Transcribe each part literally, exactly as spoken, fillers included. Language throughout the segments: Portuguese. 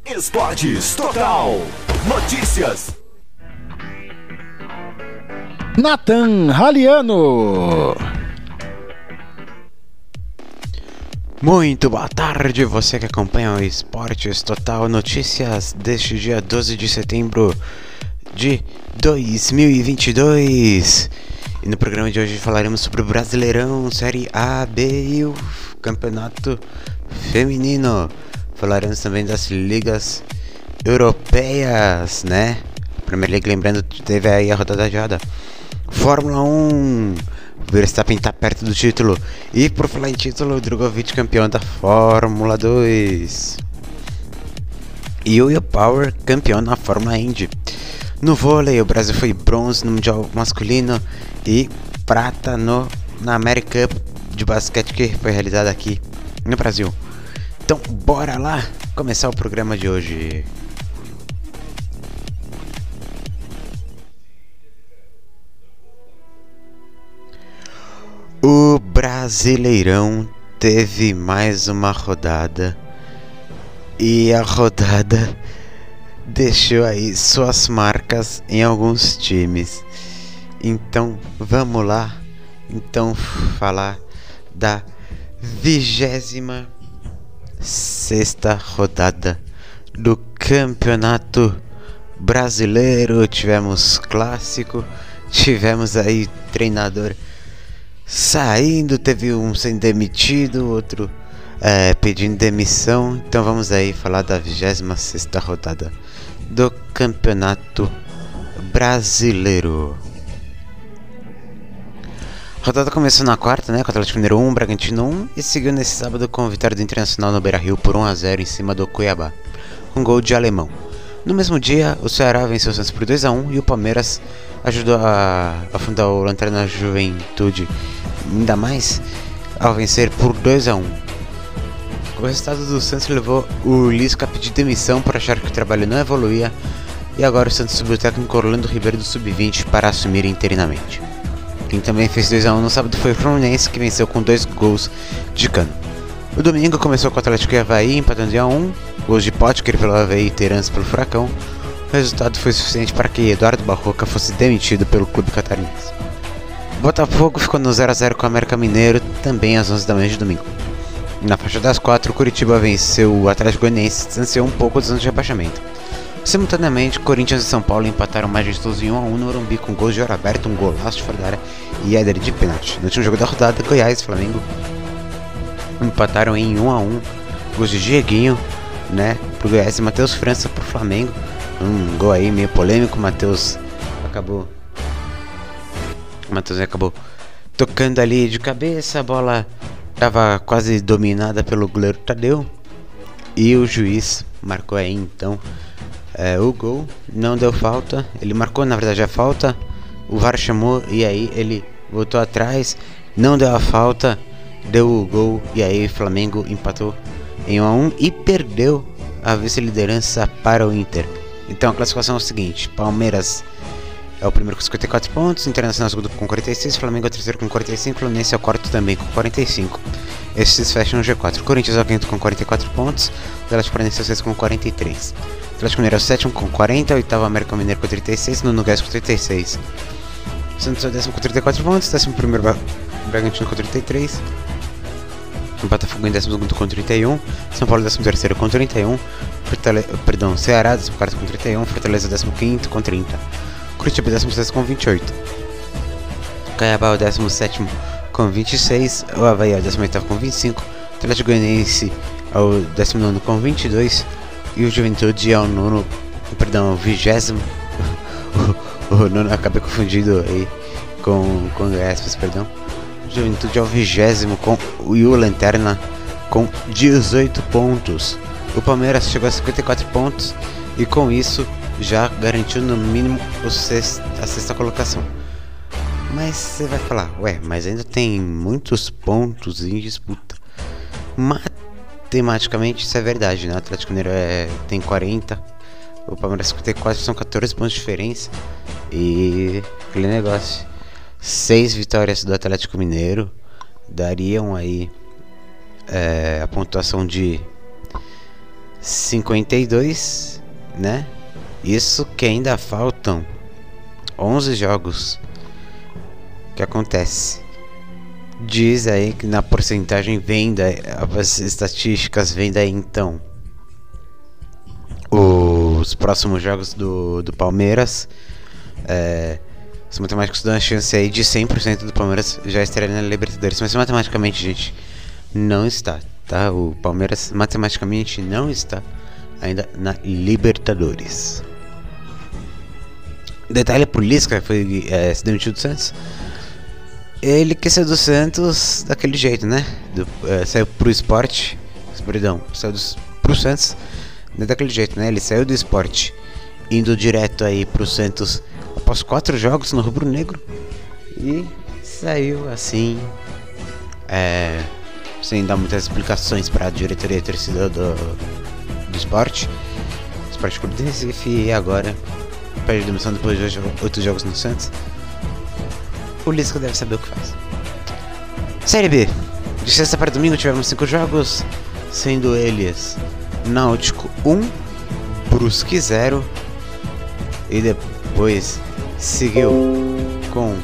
Esportes Total. Notícias. Nathan Raliano. Muito boa tarde, você que acompanha o Esportes Total, notícias deste dia doze de setembro de dois mil e vinte e dois. E no programa de hoje falaremos sobre o Brasileirão, Série A, B e o Campeonato Feminino. Falaremos também das ligas europeias, né? Premier League, lembrando, teve aí a rodada adiada. Fórmula um, Verstappen tá perto do título. E por falar em título, Drogovic campeão da Fórmula dois. E o Will Power campeão na Fórmula Indy. No vôlei, o Brasil foi bronze no Mundial masculino e prata no, na American Cup de basquete que foi realizada aqui no Brasil. Então bora lá começar o programa de hoje. O Brasileirão teve mais uma rodada e a rodada deixou aí suas marcas em alguns times. Então vamos lá, então falar da vigésima sexta rodada do Campeonato Brasileiro. Tivemos clássico, tivemos aí treinador saindo, teve um sendo demitido, outro é, pedindo demissão. Então vamos aí falar da vigésima sexta rodada do Campeonato Brasileiro. A rodada começou na quarta, né, com o Atlético Mineiro um, Bragantino um, e seguiu nesse sábado com a vitória do Internacional no Beira-Rio por um a zero em cima do Cuiabá, com gol de Alemão. No mesmo dia, o Ceará venceu o Santos por dois a um e o Palmeiras ajudou a afundar o Lanterna Juventude ainda mais ao vencer por dois a um. O resultado do Santos levou o Lisca a pedir demissão por achar que o trabalho não evoluía, e agora o Santos subiu o técnico Orlando Ribeiro do sub vinte para assumir interinamente. Quem também fez dois a um no sábado foi o Fluminense, que venceu com dois gols de Cano. O domingo começou com o Atlético e Avaí empatando em um a um, gols de Potker pelo Avaí e Terence pelo Furacão. O resultado foi suficiente para que Eduardo Barroca fosse demitido pelo clube catarinense. O Botafogo ficou no zero a zero com o América Mineiro, também às onze da manhã de domingo. Na faixa das quatro, o Curitiba venceu o Atlético Goianiense e distanciou um pouco dos anos de rebaixamento. Simultaneamente, Corinthians e São Paulo empataram majestoso em um a um no Morumbi com gols de hora aberta, um golaço de fora da área e Éder de pênalti. No último jogo da rodada, Goiás e Flamengo empataram em um a um, gols de Dieguinho, né, pro Goiás, e Matheus França pro Flamengo. Um gol aí meio polêmico, Matheus acabou Matheus acabou tocando ali de cabeça, a bola estava quase dominada pelo goleiro Tadeu e o juiz marcou aí então é, o gol. Não deu falta, ele marcou na verdade a falta, o V A R chamou e aí ele voltou atrás, não deu a falta, deu o gol e aí o Flamengo empatou em um a um e perdeu a vice-liderança para o Inter. Então a classificação é o seguinte: Palmeiras é o primeiro com cinquenta e quatro pontos, Internacional é o segundo com quarenta e seis, Flamengo é o terceiro com quarenta e cinco, Fluminense é o quarto também com quarenta e cinco. Esses fecham o G quatro. Corinthians é o quinto com quarenta e quatro pontos, Atlético Paranaense é o sexto com quarenta e três. Atlético Mineiro é o sétimo com quarenta, oitavo América Mineiro com trinta e seis, nono Gás com trinta e seis. Santos é o décimo com trinta e quatro pontos, décimo primeiro Bragantino com trinta e três. Botafogo em décimo segundo com trinta e um, São Paulo décimo terceiro com trinta e um, Fortale... perdão, Ceará décimo quarto com trinta e um, Fortaleza décimo quinto com trinta, Curitiba décimo sexto com vinte e oito, Cuiabá o décimo sétimo com vinte e seis, o Avaí é o décimo oitavo com vinte e cinco, Atlético Goianiense é o décimo nono com vinte e dois e o Juventude é o nono, perdão, o vigésimo, o, o nono, acabei confundido aí com com aspas, perdão. Juventude é o vigésimo com o e o Lanterna com dezoito pontos. O Palmeiras chegou a cinquenta e quatro pontos e com isso já garantiu no mínimo o sexto, a sexta colocação. Mas você vai falar, ué, mas ainda tem muitos pontos em disputa. Matematicamente isso é verdade, né? O Atlético Mineiro é, tem quarenta, o Palmeiras cinquenta e quatro, são quatorze pontos de diferença. E aquele negócio, seis vitórias do Atlético Mineiro dariam aí é, a pontuação de cinquenta e dois, né? Isso que ainda faltam onze jogos. O que acontece? Diz aí que na porcentagem vem daí, as estatísticas vêm daí então. Os próximos jogos do, do Palmeiras, é, os matemáticos dão a chance aí de cem por cento do Palmeiras já estarem na Libertadores. Mas matematicamente, gente, não está, tá? O Palmeiras matematicamente não está ainda na Libertadores. Detalhe, a Lisca foi é, se demitiu do Santos. Ele quis ser do Santos daquele jeito, né? Do, é, saiu pro Sport, perdão, saiu do, pro Santos daquele jeito, né? Ele saiu do Sport, indo direto aí pro Santos após quatro jogos no Rubro Negro e saiu assim, é, sem dar muitas explicações para a diretoria e torcida do, do Sport, Sport Clube de Recife, e agora pede demissão depois de oito jogos no Santos. O Lisca deve saber o que faz. Série B. De sexta para domingo tivemos cinco jogos, sendo eles Náutico um, Brusque zero, e depois seguiu com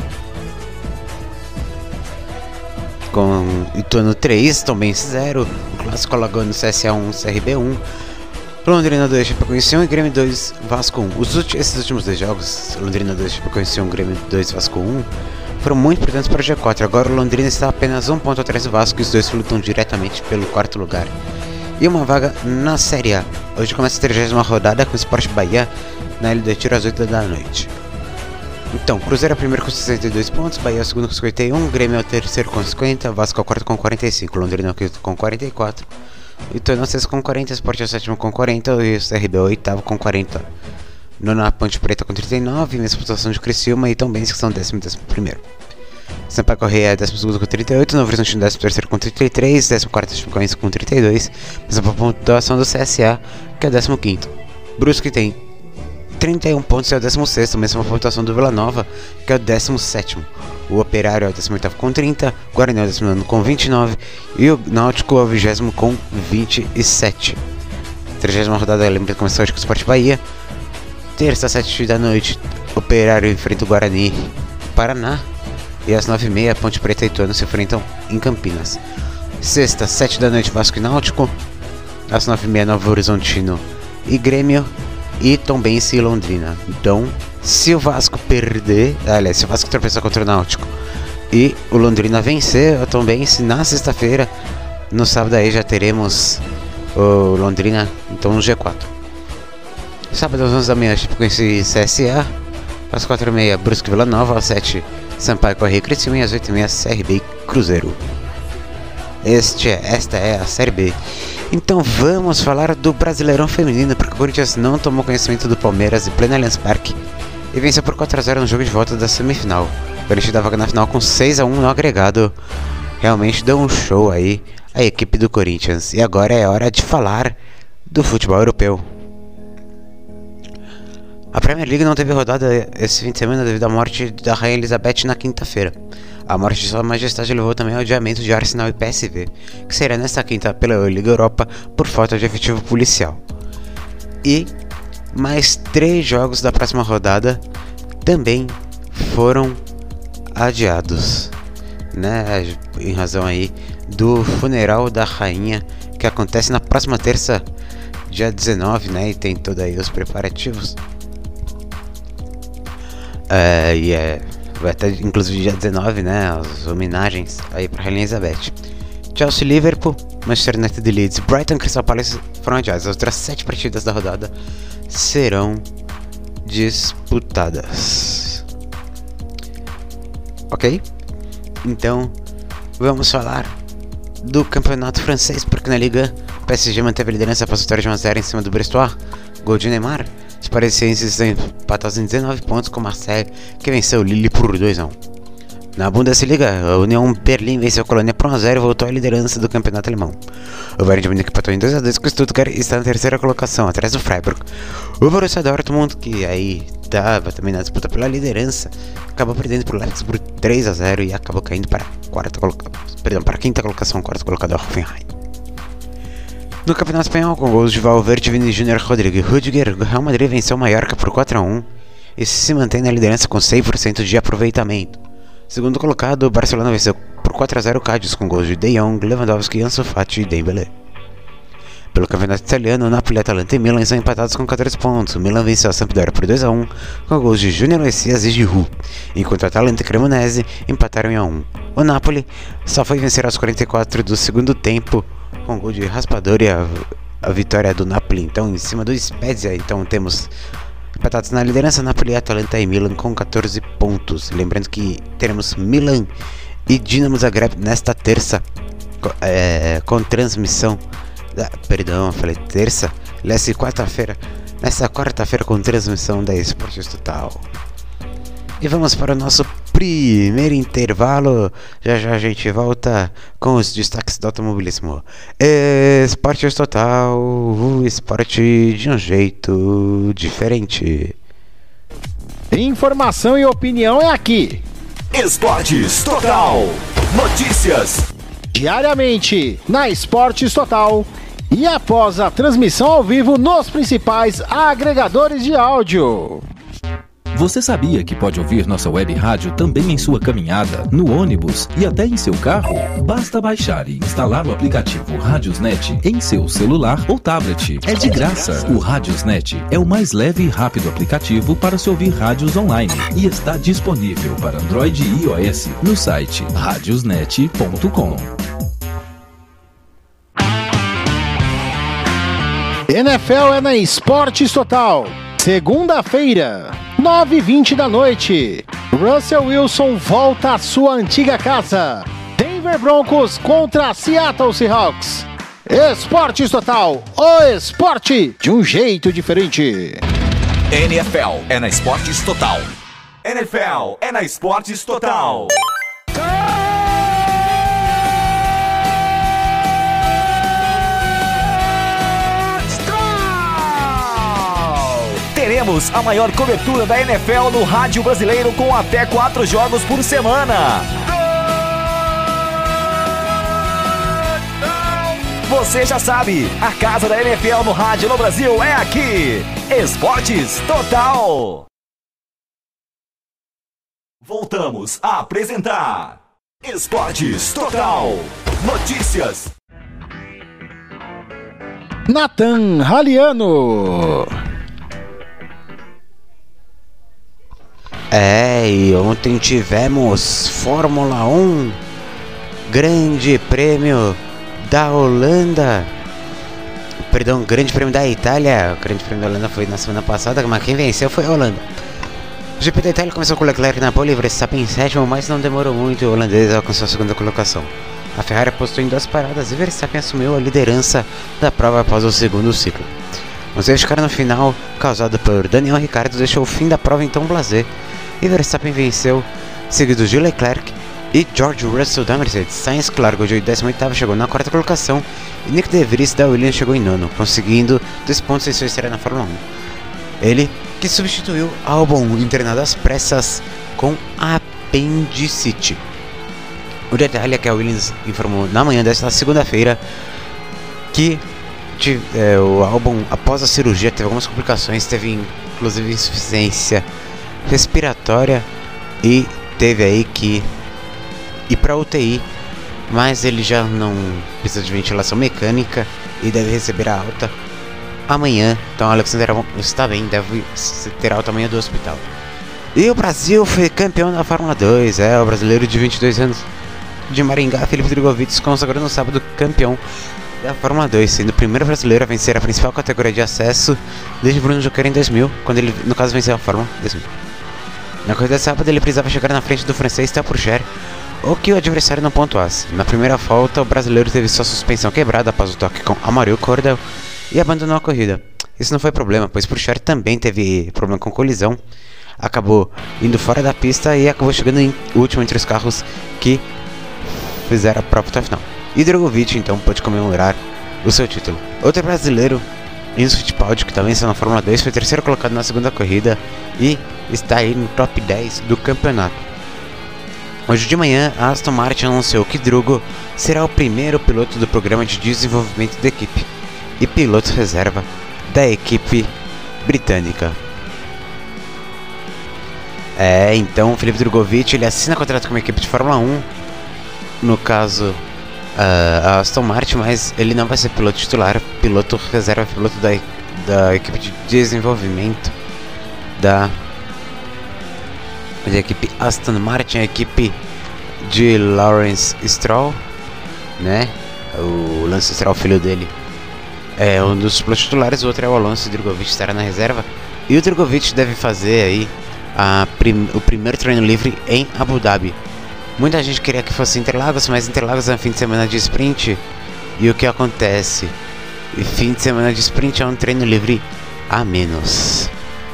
com Ituano três, Tombense zero, Clássico Alagoano C S A um, C R B um, Londrina dois, Chapecoense um e Grêmio dois, Vasco um. Os ulti- esses últimos dois jogos, Londrina dois, Chapecoense um, Grêmio dois, Vasco um, foram muito importantes para o G quatro. Agora o Londrina está apenas um ponto atrás do Vasco e os dois lutam diretamente pelo quarto lugar e uma vaga na Série A. Hoje começa a trigésima rodada com o Sport Bahia na L D Tiro às oito da noite. Então, Cruzeiro é o primeiro com sessenta e dois pontos, Bahia é o segundo com cinquenta e um, Grêmio é o terceiro com cinquenta, Vasco é o quarto com quarenta e cinco, Londrina é o quinto com quarenta e quatro, Ituano é o sexto com quarenta, Sport é o sétimo com quarenta e o C R B é o oitavo com quarenta. Nona, Ponte Preta com trinta e nove, mesma pontuação de Criciúma e Tombense, que são décimo e décimo primeiro. Sampaio Correia é décimo segundo com trinta e oito, Novo Horizontino décimo terceiro com trinta e três, décimo quarto Chapecoense com trinta e dois, mesma pontuação do C S A, que é o décimo quinto. Brusque tem trinta e um pontos e é o décimo sexto, mesma pontuação do Vila Nova, que é o décimo sétimo. O Operário é o décimo oitavo com trinta, Guarani é o décimo nono com vinte e nove e o Náutico é o vigésimo com vinte e sete. trigésima rodada, lembra que começou hoje com o Sport Bahia. Terça, sete da noite, Operário enfrenta o Guarani Paraná. E às nove e meia, Ponte Preta e Ituano se enfrentam em Campinas. Sexta, sete da noite, Vasco e Náutico. Às nove e meia, Novo Horizontino e Grêmio. E Tombense e Londrina. Então, se o Vasco perder, aliás, se o Vasco tropeçar contra o Náutico e o Londrina vencer o Tombense na sexta-feira, no sábado aí já teremos o Londrina, então no G quatro. Sábado às onze da manhã, Chapecoense e C S A. Às quatro e meia, Brusque e Vila Nova. Às sete, Sampaio Correia e Criciúma. E às oito e meia, C R B e Cruzeiro. Este é, esta é a Série B. Então vamos falar do Brasileirão Feminino, porque o Corinthians não tomou conhecimento do Palmeiras em pleno Allianz Parque e venceu por quatro a zero no jogo de volta da semifinal. Garantindo a vaga na final com seis a um no agregado. Realmente deu um show aí a equipe do Corinthians. E agora é hora de falar do futebol europeu. A Premier League não teve rodada esse fim de semana devido à morte da Rainha Elizabeth na quinta-feira. A morte de Sua Majestade levou também ao adiamento de Arsenal e P S V, que será nesta quinta pela Liga Europa por falta de efetivo policial. E mais três jogos da próxima rodada também foram adiados, né, em razão aí do funeral da rainha que acontece na próxima terça, dia dezenove, né, e tem todos aí os preparativos. Uh, e é, vai até inclusive dia dezenove, né, as homenagens aí para Rainha Elizabeth. Chelsea, Liverpool, Manchester United, Leeds, Brighton, Crystal Palace foram adiadas. As outras sete partidas da rodada serão disputadas. Ok? Então vamos falar do campeonato francês, porque na Liga o P S G manteve a liderança após a vitória de um a zero em cima do Brestois, gol de Neymar. Os parisienses estão empatados em dezenove pontos com o Marseille, que venceu o Lille por dois a um. Na Bundesliga, a União Berlim venceu a Colônia por um a zero e voltou à liderança do campeonato alemão. O Bayern de Munique empatou em dois a dois com o Stuttgart e está na terceira colocação, atrás do Freiburg. O Borussia Dortmund, que aí estava também na disputa pela liderança, acabou perdendo para o Leipzig por três a zero e acabou caindo para a quarta colocação, perdão, para a quinta colocação, quarto colocado é o Hoffenheim. No Campeonato Espanhol, com gols de Valverde, Vini Júnior, Rodrigo e Rüdiger, o Real Madrid venceu o Mallorca por quatro a um e se mantém na liderança com cem por cento de aproveitamento. Segundo colocado, o Barcelona venceu por quatro a zero o Cádiz com gols de De Jong, Lewandowski, Ansu Fati e Dembélé. Pelo Campeonato Italiano, o Napoli, Atalanta e Milan são empatados com quatorze pontos. O Milan venceu a Sampdoria por dois a um com gols de Júnior Messias e Giroud, enquanto a Atalanta e Cremonese empataram em um a um. O Napoli só foi vencer aos quarenta e quatro do segundo tempo com gol de Raspadori e a, a vitória do Napoli, então, em cima do Spezia. Então temos empatados na liderança Napoli, Atalanta e Milan com quatorze pontos. Lembrando que teremos Milan e Dinamo Zagreb nesta terça é, com transmissão da, perdão, falei terça, nessa quarta-feira, nessa quarta-feira com transmissão da Esportes Total. E vamos para o nosso primeiro intervalo. Já já a gente volta com os destaques do automobilismo. Esportes Total, o esporte de um jeito diferente. Informação e opinião é aqui. Esportes Total. Notícias. Diariamente na Esportes Total e após a transmissão ao vivo nos principais agregadores de áudio. Você sabia que pode ouvir nossa web rádio também em sua caminhada, no ônibus e até em seu carro? Basta baixar e instalar o aplicativo Radiosnet em seu celular ou tablet. É de graça. O Radiosnet é o mais leve e rápido aplicativo para se ouvir rádios online e está disponível para Android e iOS no site radiosnet ponto com. N F L é na Esportes Total. Segunda-feira, nove e vinte da noite. Russell Wilson volta à sua antiga casa. Denver Broncos contra Seattle Seahawks. Esportes Total, o esporte de um jeito diferente. N F L é na Esportes Total. N F L é na Esportes Total. Teremos a maior cobertura da N F L no rádio brasileiro com até quatro jogos por semana. Você já sabe, a casa da N F L no rádio no Brasil é aqui. Esportes Total. Voltamos a apresentar Esportes Total. Notícias. Nathan Raliano. É, e ontem tivemos Fórmula um, Grande Prêmio da Holanda, perdão, Grande Prêmio da Itália. O Grande Prêmio da Holanda foi na semana passada, mas quem venceu foi a Holanda. O G P da Itália começou com Leclerc na pole, Verstappen em sétimo, mas não demorou muito e o holandês alcançou a segunda colocação. A Ferrari apostou em duas paradas e Verstappen assumiu a liderança da prova após o segundo ciclo. Um safety car no final, causado por Daniel Ricciardo, deixou o fim da prova em tom blasé. E Verstappen venceu, seguido de Leclerc e George Russell da Mercedes. Sainz, que largou de décimo oitavo, chegou na quarta colocação e Nick De Vries da Williams chegou em nono, conseguindo dois pontos em sua estreia na Fórmula um. Ele, que substituiu Albon, internado às pressas com apendicite. O detalhe é que a Williams informou na manhã desta segunda-feira que é, o Albon, após a cirurgia, teve algumas complicações, teve inclusive insuficiência respiratória e teve aí que ir para U T I, mas ele já não precisa de ventilação mecânica e deve receber a alta amanhã. Então Alexander Albon está bem, deve ter alta amanhã do hospital. E o Brasil foi campeão da Fórmula dois, é, o brasileiro de vinte e dois anos de Maringá, Felipe Drogovic, se consagrou no sábado campeão da Fórmula dois, sendo o primeiro brasileiro a vencer a principal categoria de acesso desde Bruno Jucqueira em dois mil, quando ele, no caso, venceu a Fórmula dois mil. Na corrida de sábado, ele precisava chegar na frente do francês Théo Pourchaire, ou que o adversário não pontuasse. Na primeira volta, o brasileiro teve sua suspensão quebrada após o toque com Amaury Cordel e abandonou a corrida. Isso não foi problema, pois Pourchaire também teve problema com colisão, acabou indo fora da pista e acabou chegando em último entre os carros que fizeram a prova até a final. E Drogovic então pôde comemorar o seu título. Outro brasileiro, Enzo Fittipaldi, que também está na Fórmula dois, foi terceiro colocado na segunda corrida e está aí no top dez do campeonato. Hoje de manhã, a Aston Martin anunciou que Drogo será o primeiro piloto do programa de desenvolvimento da equipe. e piloto reserva da equipe britânica. É, então o Felipe Drugovich ele assina contrato com uma equipe de Fórmula um, no caso uh, a Aston Martin, mas ele não vai ser piloto titular, piloto reserva, piloto da, da equipe de desenvolvimento da, da equipe Aston Martin, a equipe de Lawrence Stroll, né? O Lance Stroll, filho dele, é um dos pilotos titulares, o outro é o Alonso. O Drugovich estará na reserva e o Drugovich deve fazer aí a prim o primeiro treino livre em Abu Dhabi. Muita gente queria que fosse Interlagos, mas Interlagos é um fim de semana de sprint. E o que acontece? E fim de semana de sprint é um treino livre a menos.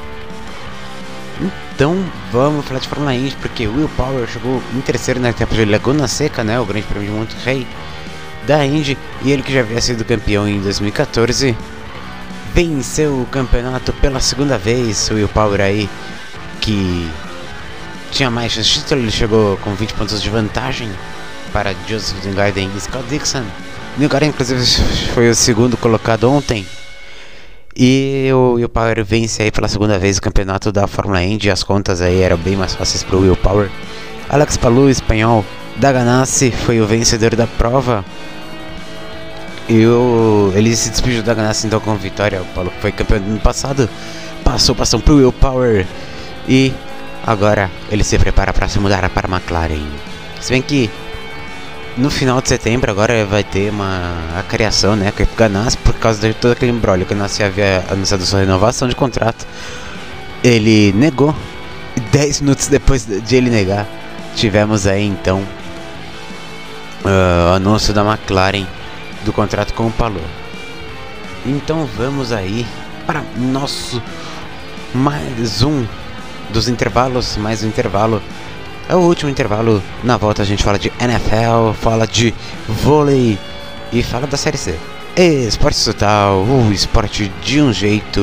Então vamos falar de Fórmula Indy, porque Will Power chegou em terceiro na etapa de Laguna Seca, né, o Grande Prêmio de Monterrey da Indy, e ele que já havia sido campeão em dois mil e quatorze venceu o campeonato pela segunda vez. O Will Power aí, que tinha mais chance de título, ele chegou com vinte pontos de vantagem para Joseph Newgarden e Scott Dixon. Newgarden inclusive foi o segundo colocado ontem. E o Will Power vence aí pela segunda vez o campeonato da Fórmula Indy. As contas aí eram bem mais fáceis para o Will Power. Alex Palou, espanhol da Ganassi, foi o vencedor da prova. E o, ele se despediu da Ganassi então com vitória. O Palou foi campeão do ano passado, passou passou para o Will Power. E agora ele se prepara para se mudar para a McLaren. Se bem que no final de setembro agora vai ter uma a criação, né, com a Ganassi, por causa de todo aquele embrólio que a Ganassi havia anunciado sua renovação de contrato. Ele negou. E dez minutos depois de ele negar, tivemos aí então uh, o anúncio da McLaren do contrato com o Palou. Então vamos aí para nosso mais um dos intervalos, mais um intervalo. É o último intervalo. Na volta a gente fala de N F L, fala de vôlei e fala da Série C. Esporte Total, o esporte de um jeito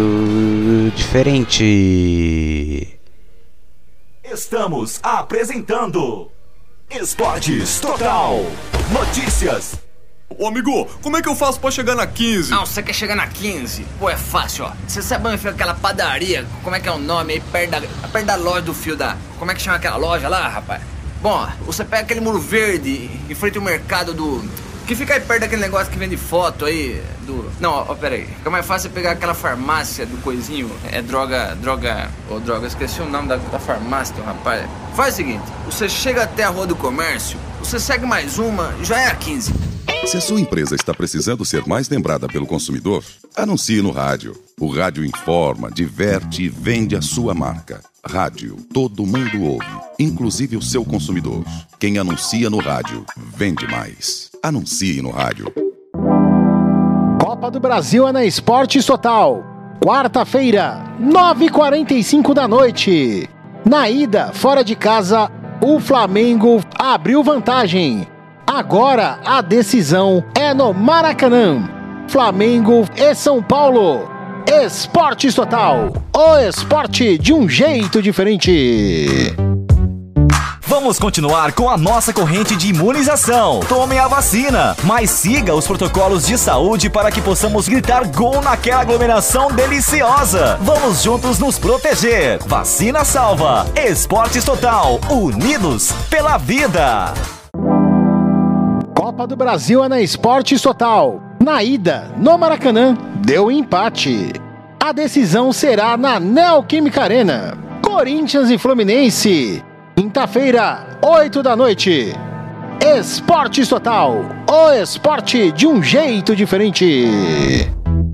diferente. Estamos apresentando Esportes Total. Notícias. Ô amigo, como é que eu faço pra chegar na quinze? Não, você quer chegar na quinze? Pô, é fácil, ó. Você sabe onde fica aquela padaria? Como é que é o nome aí? Perto da, perto da loja do fio da... Como é que chama aquela loja lá, rapaz? Bom, ó, você pega aquele muro verde em frente ao mercado do... Que fica aí perto daquele negócio que vende foto aí do... Não, ó, pera aí. Fica mais fácil pegar aquela farmácia do coisinho. É droga... Droga... Ô, droga, esqueci o nome da, da farmácia do rapaz. Faz o seguinte. Você chega até a Rua do Comércio, você segue mais uma, já é a quinze. Se a sua empresa está precisando ser mais lembrada pelo consumidor, anuncie no rádio. O rádio informa, diverte e vende a sua marca. Rádio, todo mundo ouve, inclusive o seu consumidor. Quem anuncia no rádio, vende mais. Anuncie no rádio. Copa do Brasil é na Esportes Total. Quarta-feira, nove e quarenta e cinco da noite. Na ida, fora de casa, o Flamengo abriu vantagem. Agora a decisão é no Maracanã. Flamengo e São Paulo. Esportes Total. O esporte de um jeito diferente. Vamos continuar com a nossa corrente de imunização. Tome a vacina, mas siga os protocolos de saúde para que possamos gritar gol naquela aglomeração deliciosa. Vamos juntos nos proteger. Vacina salva. Esportes Total. Unidos pela vida. Copa do Brasil é na Esportes Total. Na ida, no Maracanã, deu empate. A decisão será na Neoquímica Arena. Corinthians e Fluminense. Quinta-feira, oito da noite. Esportes Total. O esporte de um jeito diferente.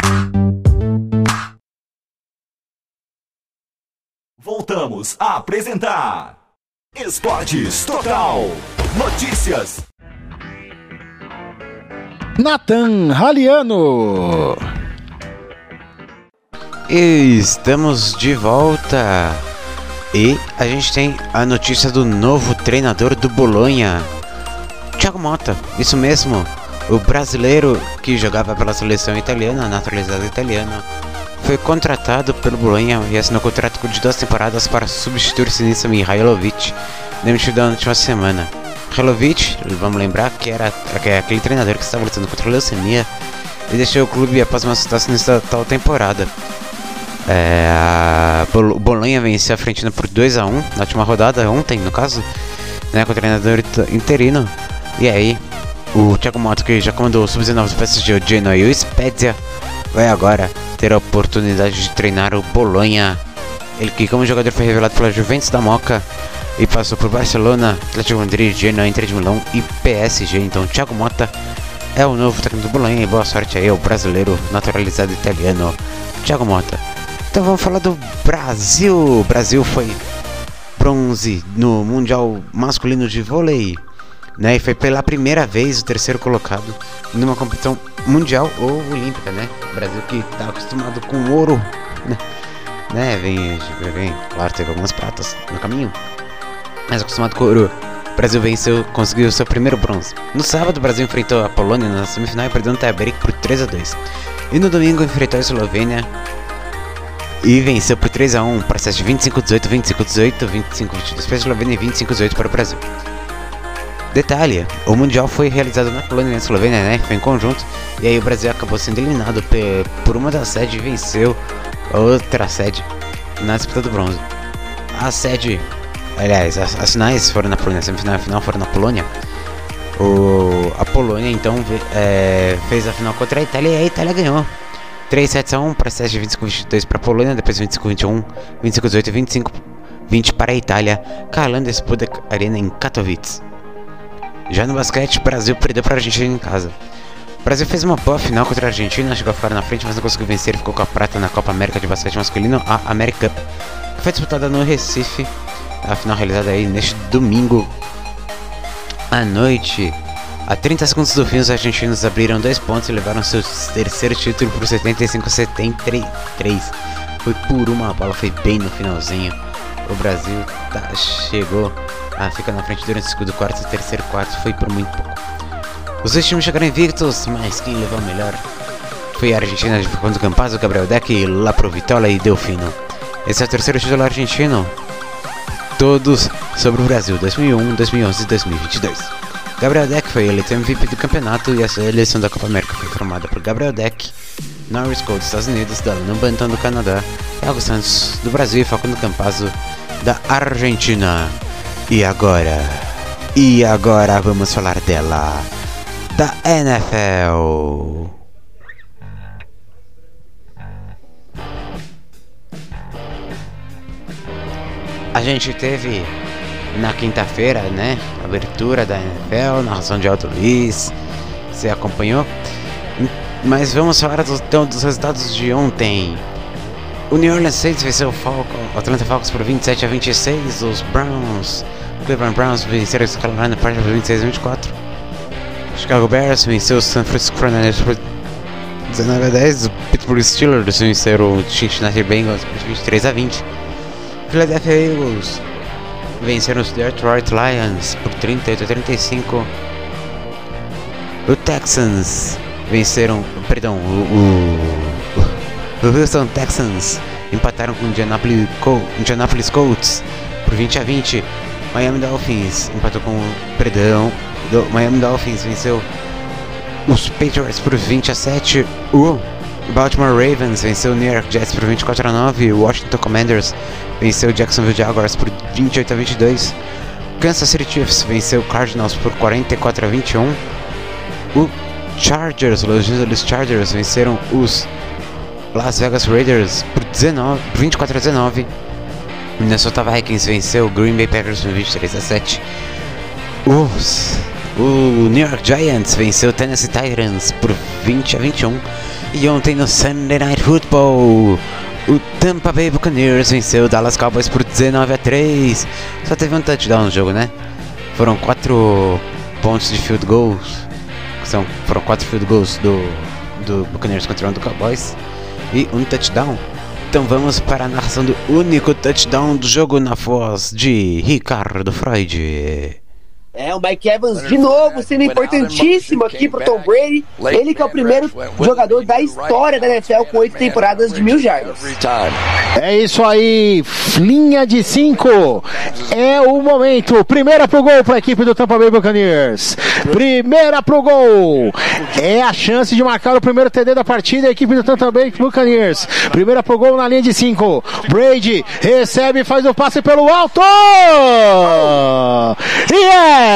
Voltamos a apresentar Esportes Total. Notícias. Nathan Raliano. Estamos de volta. E a gente tem a notícia do novo treinador do Bolonha, Thiago Motta. Isso mesmo, o brasileiro que jogava pela seleção italiana, naturalizado italiano, foi contratado pelo Bolonha e assinou contrato de duas temporadas para substituir o Sinisa Mihajlovic, demitido na última semana. Mihajlovic, vamos lembrar que era que é aquele treinador que estava lutando contra a leucemia e deixou o clube após uma situação nesta tal temporada. É, a Bol Bolonha venceu a Fiorentina por dois a um na última rodada, ontem no caso, né, com o treinador interino. E aí, o Thiago Motta, que já comandou o sub dezenove do P S G, o Genoa e o Spezia, vai agora ter a oportunidade de treinar o Bolonha. Ele que como jogador foi revelado pela Juventus da Moca e passou por Barcelona, Atlético de Madrid, Genoa, Inter de Milão e P S G. Então Thiago Motta é o novo técnico do Bolonha e boa sorte aí ao brasileiro naturalizado italiano Thiago Motta. Então vamos falar do Brasil. O Brasil foi bronze no Mundial Masculino de Vôlei, né? E foi pela primeira vez o terceiro colocado numa competição mundial ou olímpica, né? O Brasil que tá acostumado com ouro, né? né? Vem, vem, claro, teve algumas pratas no caminho, mas acostumado com ouro. O Brasil venceu, conseguiu seu primeiro bronze. No sábado, o Brasil enfrentou a Polônia na semifinal e perdeu no tie-break por três a dois. E no domingo enfrentou a Eslovênia e venceu por três a um, processo de vinte e cinco a dezoito, vinte e cinco a dezoito, vinte e cinco a vinte e dois para a Eslovênia e vinte e cinco a dezoito para o Brasil. Detalhe, o Mundial foi realizado na Polônia e na Eslovênia, né? Foi em conjunto. E aí o Brasil acabou sendo eliminado por uma das sedes e venceu a outra sede na disputa do bronze. A sede, aliás, as, as finais foram na Polônia, a semifinal e a final foram na Polônia. O, a Polônia então é, fez a final contra a Itália e a Itália ganhou três sets a um, processo de vinte e cinco a vinte e dois para a Polônia, depois vinte e cinco a vinte e um, vinte e cinco a dezoito e vinte e cinco a vinte para a Itália, calando a Spodek Arena em Katowice. Já no basquete, o Brasil perdeu para a Argentina em casa. O Brasil fez uma boa final contra a Argentina, chegou a ficar na frente, mas não conseguiu vencer e ficou com a prata na Copa América de Basquete Masculino, a America Cup, que foi disputada no Recife, a final realizada aí neste domingo à noite. A trinta segundos do fim, os argentinos abriram dois pontos e levaram seu terceiro título por setenta e cinco a setenta e três. Foi por uma bola, foi bem no finalzinho. O Brasil tá, chegou a ficar na frente durante o segundo quarto e o terceiro quarto, foi por muito pouco. Os dois times chegaram invictos, mas quem levou melhor foi a Argentina de Facundo Campazzo, Gabriel Deck, lá pro Vitola e Delfino. Esse é o terceiro título argentino, todos sobre o Brasil, dois mil e um, dois mil e onze e dois mil e vinte e dois. Gabriel Deck foi eleito M V P do campeonato e a seleção da Copa América foi formada por Gabriel Deck, Norris Cole dos Estados Unidos, Dalano Banton do Canadá, Thiago Santos do Brasil e Facundo Campazzo da Argentina. E agora, e agora vamos falar dela, da N F L. A gente teve na quinta-feira, né, abertura da N F L, narração de Aldo Luiz, você acompanhou? Mas vamos falar do, então, dos resultados de ontem. O New Orleans Saints venceu o Falcon, o Atlanta Falcons por vinte e sete a vinte e seis, os Browns, Cleveland Browns venceram os Carolina Panthers por vinte e seis a vinte e quatro, Chicago Bears venceu os San Francisco forty-niners por dezenove a dez, os Pittsburgh Steelers venceram o Cincinnati Bengals por vinte e três a vinte, Philadelphia Eagles venceram os Detroit Lions por trinta e oito a trinta e cinco. O Texans venceram, perdão, o, o, o Houston Texans empataram com o Indianapolis, Col Indianapolis Colts por vinte a vinte. Miami Dolphins empatou com, perdão, do, Miami Dolphins venceu os Patriots por vinte a sete. O Baltimore Ravens venceu o New York Jets por vinte e quatro a nove. O Washington Commanders venceu o Jacksonville Jaguars por vinte e oito a vinte e dois. Kansas City Chiefs venceu o Cardinals por quarenta e quatro a vinte e um. O Chargers, os Los Angeles Chargers venceram os Las Vegas Raiders por vinte e quatro a dezenove. O Minnesota Vikings venceu o Green Bay Packers por vinte e três a sete. Os, o New York Giants venceu o Tennessee Titans por vinte a vinte e um. E ontem no Sunday Night Football, o Tampa Bay Buccaneers venceu o Dallas Cowboys por dezenove a três. Só teve um touchdown no jogo, né? Foram quatro pontos de field goals. São, foram quatro field goals do, do Buccaneers contra um do Cowboys e um touchdown. Então vamos para a narração do único touchdown do jogo na voz de Ricardo Freud. É, o Mike Evans de novo sendo importantíssimo aqui pro Tom Brady. Ele que é o primeiro jogador da história da N F L com oito temporadas de mil jardas. É isso aí, linha de cinco. É o momento. Primeira pro gol para a equipe do Tampa Bay Buccaneers. Primeira pro gol. É a chance de marcar o primeiro T D da partida, a equipe do Tampa Bay Buccaneers. Primeira pro gol na linha de cinco. Brady recebe, faz o passe pelo alto. E é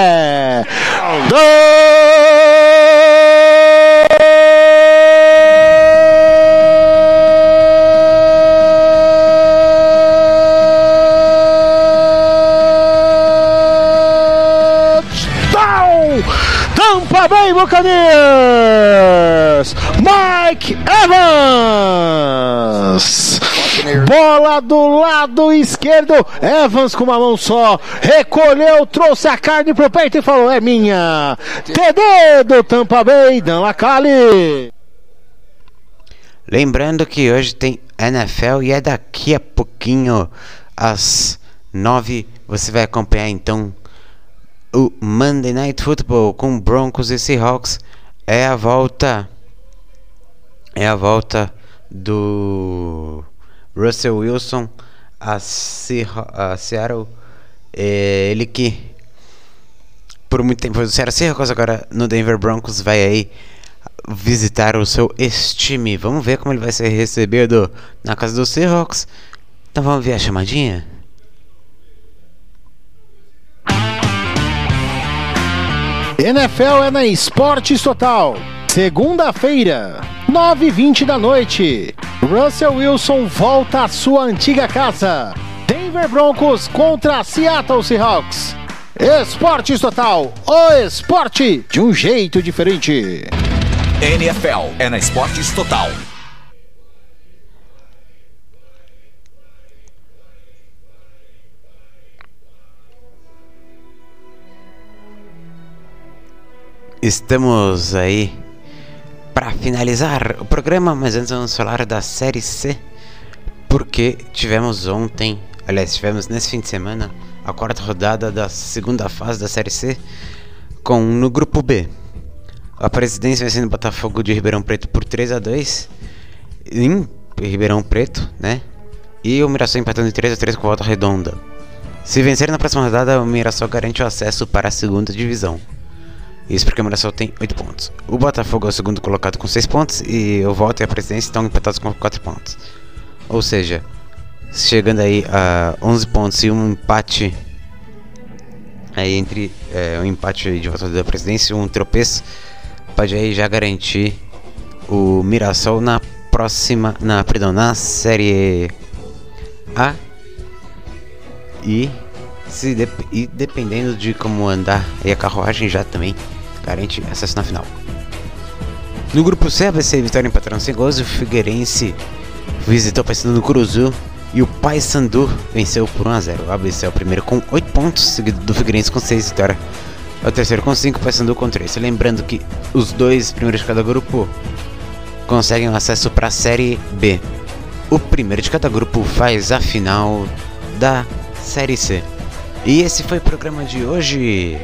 touchdown! Tampa Bay Buccaneers! Mike Evans! Bola do lado esquerdo, Evans com uma mão só, recolheu, trouxe a carne pro peito e falou, é minha. T D do Tampa Bay, Dan Lacalle. Lembrando que hoje tem N F L e é daqui a pouquinho, às nove, você vai acompanhar então o Monday Night Football com Broncos e Seahawks. É a volta, é a volta do Russell Wilson a, Se a Seattle, é, ele que por muito tempo foi do Seattle Seahawks, agora no Denver Broncos, vai aí visitar o seu ex-time. Vamos ver como ele vai ser recebido na casa dos Seahawks. Então vamos ver a chamadinha. N F L é na Esportes Total. Segunda-feira, nove e vinte da noite. Russell Wilson volta à sua antiga casa. Denver Broncos contra Seattle Seahawks. Esportes Total, o esporte de um jeito diferente. N F L é na Esportes Total. Estamos aí para finalizar o programa, mas antes vamos falar da Série C, porque tivemos ontem, aliás, tivemos nesse fim de semana, a quarta rodada da segunda fase da Série C, com no grupo B, a Presidência vencendo o Botafogo de Ribeirão Preto por três a dois, em Ribeirão Preto, né, e o Mirassol empatando em três a três com Volta Redonda. Se vencer na próxima rodada, o Mirassol garante o acesso para a segunda divisão. Isso porque o Mirassol tem oito pontos. O Botafogo é o segundo colocado com seis pontos e o Volta e a Presidência estão empatados com quatro pontos. Ou seja, chegando aí a onze pontos e um empate aí entre é, um empate de Volta da Presidência e um tropeço, pode aí já garantir o Mirassol na próxima, na, perdão, na Série A. E Se de, e dependendo de como andar e a carruagem, já também garante acesso na final. No grupo C, a B C Vitória empataram sem gols. O Figueirense visitou o Paysandu no Curuzu e o Paysandu venceu por um a zero. O A B C é o primeiro com oito pontos, seguido do Figueirense com seis. Vitória é o terceiro com cinco, o Paysandu com três. Lembrando que os dois primeiros de cada grupo conseguem acesso para a Série B. O primeiro de cada grupo faz a final da Série C. E esse foi o programa de hoje.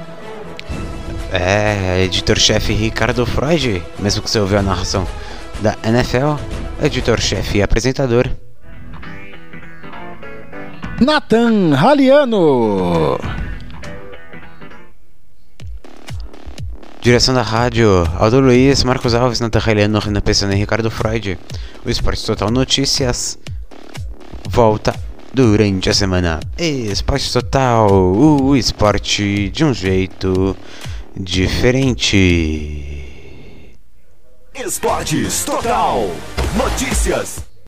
É, editor-chefe Ricardo Freud, mesmo que você ouviu a narração da N F L, editor-chefe e apresentador Nathan Raliano. Direção da rádio Aldo Luiz, Marcos Alves, Nathan Raliano, Renan Pessana e Ricardo Freud. O Esporte Total Notícias volta durante a semana. Esporte Total, o esporte de um jeito diferente. Esportes Total Notícias.